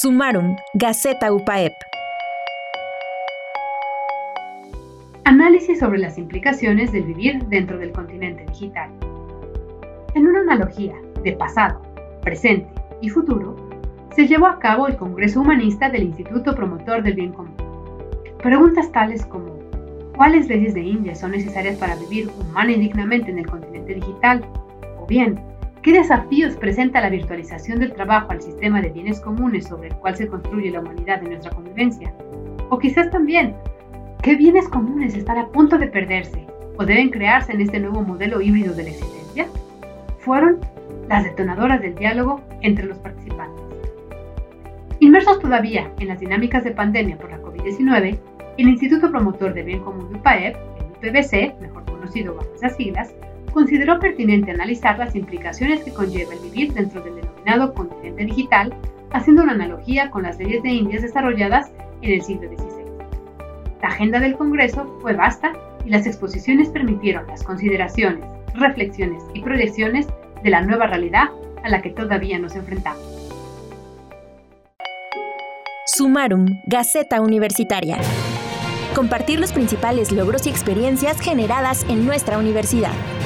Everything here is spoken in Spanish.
Sumaron, Gaceta UPAEP. Análisis sobre las implicaciones de vivir dentro del continente digital. En una analogía de pasado, presente y futuro, se llevó a cabo el Congreso Humanista del Instituto Promotor del Bien Común. Preguntas tales como ¿cuáles leyes de India son necesarias para vivir humana y dignamente en el continente digital? O bien, ¿qué desafíos presenta la virtualización del trabajo al sistema de bienes comunes sobre el cual se construye la humanidad en nuestra convivencia? O quizás también, ¿qué bienes comunes están a punto de perderse o deben crearse en este nuevo modelo híbrido de la existencia? Fueron las detonadoras del diálogo entre los participantes. Inmersos todavía en las dinámicas de pandemia por la COVID-19, el Instituto Promotor de Bien Común de UPAEP, el IPBC, mejor conocido bajo esas siglas, consideró pertinente analizar las implicaciones que conlleva el vivir dentro del denominado continente digital, haciendo una analogía con las leyes de India desarrolladas en el siglo XVI. La agenda del Congreso fue vasta y las exposiciones permitieron las consideraciones, reflexiones y proyecciones de la nueva realidad a la que todavía nos enfrentamos. Sumaron, Gaceta Universitaria. Compartir los principales logros y experiencias generadas en nuestra universidad.